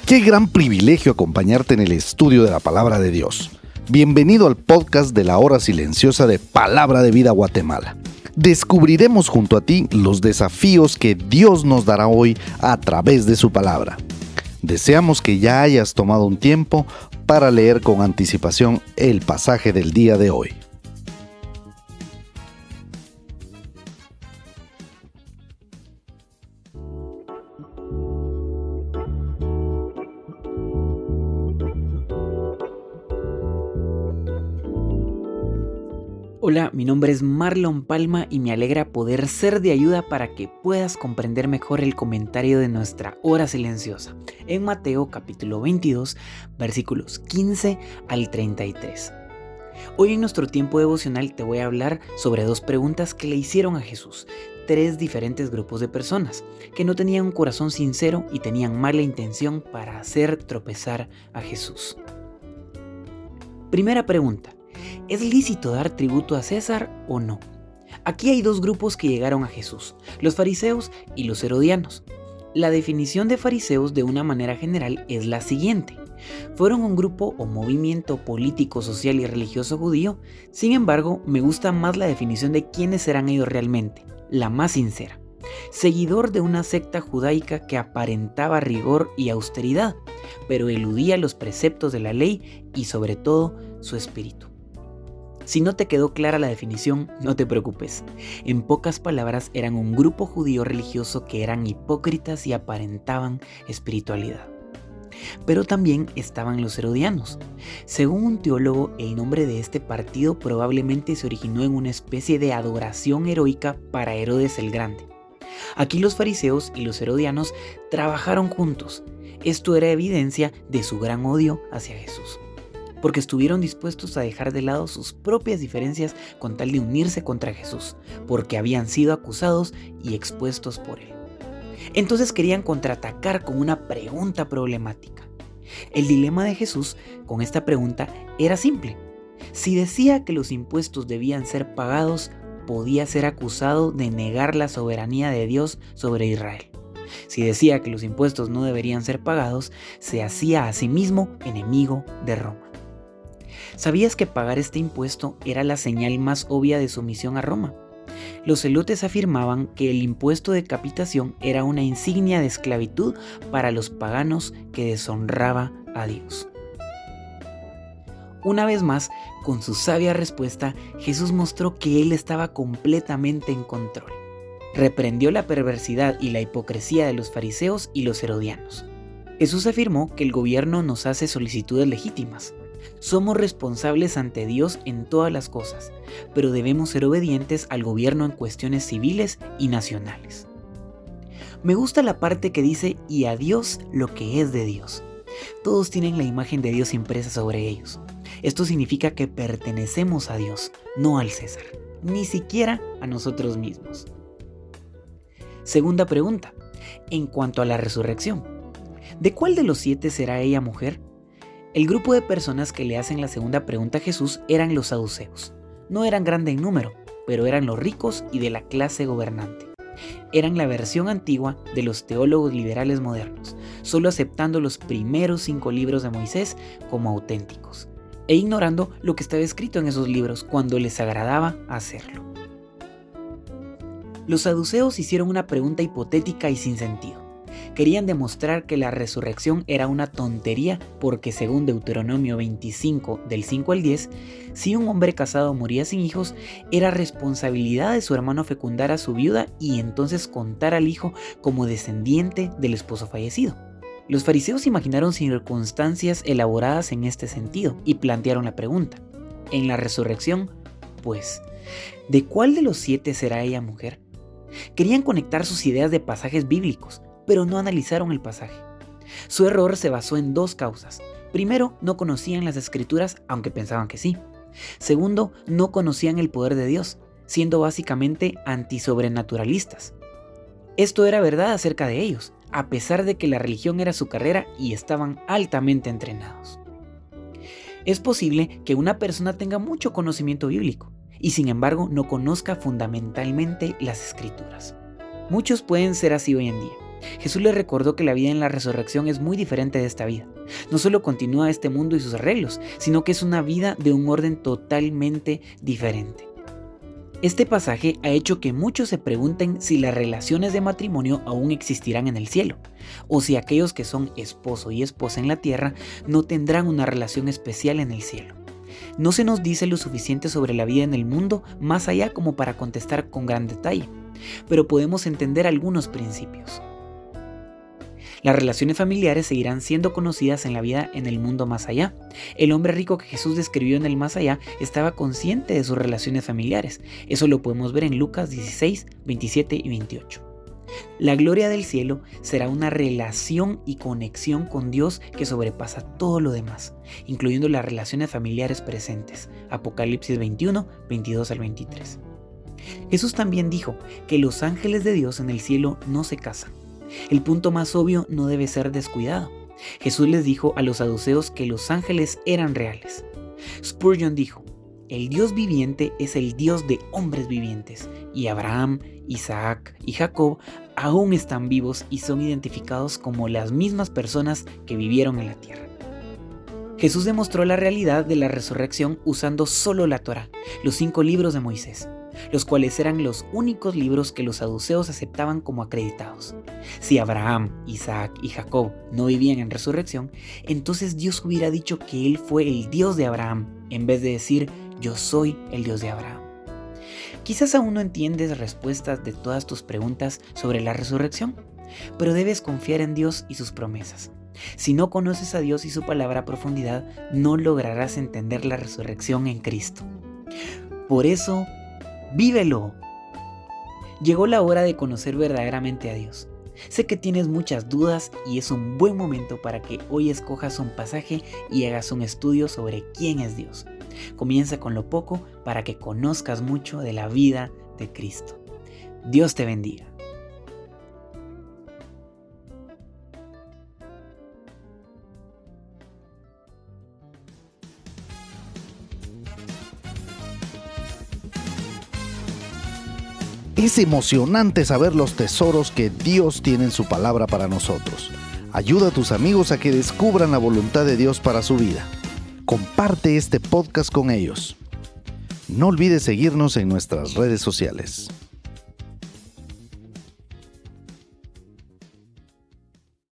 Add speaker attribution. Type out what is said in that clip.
Speaker 1: Qué gran privilegio acompañarte en el estudio de la Palabra de Dios. Bienvenido al podcast de la Hora Silenciosa de Palabra de Vida Guatemala. Descubriremos junto a ti los desafíos que Dios nos dará hoy a través de su palabra. Deseamos que ya hayas tomado un tiempo para leer con anticipación el pasaje del día de hoy.
Speaker 2: Hola, mi nombre es Marlon Palma y me alegra poder ser de ayuda para que puedas comprender mejor el comentario de nuestra hora silenciosa en Mateo capítulo 22, versículos 15 al 33. Hoy en nuestro tiempo devocional te voy a hablar sobre dos preguntas que le hicieron a Jesús, tres diferentes grupos de personas que no tenían un corazón sincero y tenían mala intención para hacer tropezar a Jesús. Primera pregunta. ¿Es lícito dar tributo a César o no? Aquí hay dos grupos que llegaron a Jesús, los fariseos y los herodianos. La definición de fariseos de una manera general es la siguiente. Fueron un grupo o movimiento político, social y religioso judío. Sin embargo, me gusta más la definición de quiénes eran ellos realmente, la más sincera. Seguidor de una secta judaica que aparentaba rigor y austeridad, pero eludía los preceptos de la ley y sobre todo su espíritu. Si no te quedó clara la definición, no te preocupes. En pocas palabras, eran un grupo judío religioso que eran hipócritas y aparentaban espiritualidad. Pero también estaban los herodianos. Según un teólogo, el nombre de este partido probablemente se originó en una especie de adoración heroica para Herodes el Grande. Aquí los fariseos y los herodianos trabajaron juntos. Esto era evidencia de su gran odio hacia Jesús, porque estuvieron dispuestos a dejar de lado sus propias diferencias con tal de unirse contra Jesús, porque habían sido acusados y expuestos por él. Entonces querían contraatacar con una pregunta problemática. El dilema de Jesús con esta pregunta era simple. Si decía que los impuestos debían ser pagados, podía ser acusado de negar la soberanía de Dios sobre Israel. Si decía que los impuestos no deberían ser pagados, se hacía a sí mismo enemigo de Roma. ¿Sabías que pagar este impuesto era la señal más obvia de sumisión a Roma? Los zelotes afirmaban que el impuesto de capitación era una insignia de esclavitud para los paganos que deshonraba a Dios. Una vez más, con su sabia respuesta, Jesús mostró que Él estaba completamente en control. Reprendió la perversidad y la hipocresía de los fariseos y los herodianos. Jesús afirmó que el gobierno nos hace solicitudes legítimas. Somos responsables ante Dios en todas las cosas, pero debemos ser obedientes al gobierno en cuestiones civiles y nacionales. Me gusta la parte que dice, y a Dios lo que es de Dios. Todos tienen la imagen de Dios impresa sobre ellos. Esto significa que pertenecemos a Dios, no al César, ni siquiera a nosotros mismos. Segunda pregunta, en cuanto a la resurrección. ¿De cuál de los 7 será ella mujer? El grupo de personas que le hacen la segunda pregunta a Jesús eran los saduceos. No eran grandes en número, pero eran los ricos y de la clase gobernante. Eran la versión antigua de los teólogos liberales modernos, solo aceptando los primeros 5 libros de Moisés como auténticos, e ignorando lo que estaba escrito en esos libros cuando les agradaba hacerlo. Los saduceos hicieron una pregunta hipotética y sin sentido. Querían demostrar que la resurrección era una tontería porque según Deuteronomio 25 del 5 al 10, si un hombre casado moría sin hijos, era responsabilidad de su hermano fecundar a su viuda y entonces contar al hijo como descendiente del esposo fallecido. Los fariseos imaginaron circunstancias elaboradas en este sentido y plantearon la pregunta. En la resurrección, pues, ¿de cuál de los 7 será ella mujer? Querían conectar sus ideas de pasajes bíblicos, pero no analizaron el pasaje. Su error se basó en 2 causas. Primero, no conocían las escrituras, aunque pensaban que sí. Segundo, no conocían el poder de Dios, siendo básicamente antisobrenaturalistas. Esto era verdad acerca de ellos, a pesar de que la religión era su carrera y estaban altamente entrenados. Es posible que una persona tenga mucho conocimiento bíblico y sin embargo no conozca fundamentalmente las escrituras. Muchos pueden ser así hoy en día. Jesús les recordó que la vida en la resurrección es muy diferente de esta vida. No solo continúa este mundo y sus arreglos, sino que es una vida de un orden totalmente diferente. Este pasaje ha hecho que muchos se pregunten si las relaciones de matrimonio aún existirán en el cielo, o si aquellos que son esposo y esposa en la tierra no tendrán una relación especial en el cielo. No se nos dice lo suficiente sobre la vida en el mundo más allá como para contestar con gran detalle, pero podemos entender algunos principios. Las relaciones familiares seguirán siendo conocidas en la vida en el mundo más allá. El hombre rico que Jesús describió en el más allá estaba consciente de sus relaciones familiares. Eso lo podemos ver en Lucas 16, 27 y 28. La gloria del cielo será una relación y conexión con Dios que sobrepasa todo lo demás, incluyendo las relaciones familiares presentes. Apocalipsis 21, 22 al 23. Jesús también dijo que los ángeles de Dios en el cielo no se casan. El punto más obvio no debe ser descuidado. Jesús les dijo a los saduceos que los ángeles eran reales. Spurgeon dijo: el Dios viviente es el Dios de hombres vivientes, y Abraham, Isaac y Jacob aún están vivos y son identificados como las mismas personas que vivieron en la tierra. Jesús demostró la realidad de la resurrección usando solo la Torá, los 5 libros de Moisés, los cuales eran los únicos libros que los saduceos aceptaban como acreditados. Si Abraham, Isaac y Jacob no vivían en resurrección, entonces Dios hubiera dicho que Él fue el Dios de Abraham, en vez de decir: yo soy el Dios de Abraham. Quizás aún no entiendes respuestas de todas tus preguntas sobre la resurrección, pero debes confiar en Dios y sus promesas. Si no conoces a Dios y su palabra a profundidad, no lograrás entender la resurrección en Cristo. Por eso, ¡vívelo! Llegó la hora de conocer verdaderamente a Dios. Sé que tienes muchas dudas y es un buen momento para que hoy escojas un pasaje y hagas un estudio sobre quién es Dios. Comienza con lo poco para que conozcas mucho de la vida de Cristo. Dios te bendiga.
Speaker 1: Es emocionante saber los tesoros que Dios tiene en su palabra para nosotros. Ayuda a tus amigos a que descubran la voluntad de Dios para su vida. Comparte este podcast con ellos. No olvides seguirnos en nuestras redes sociales.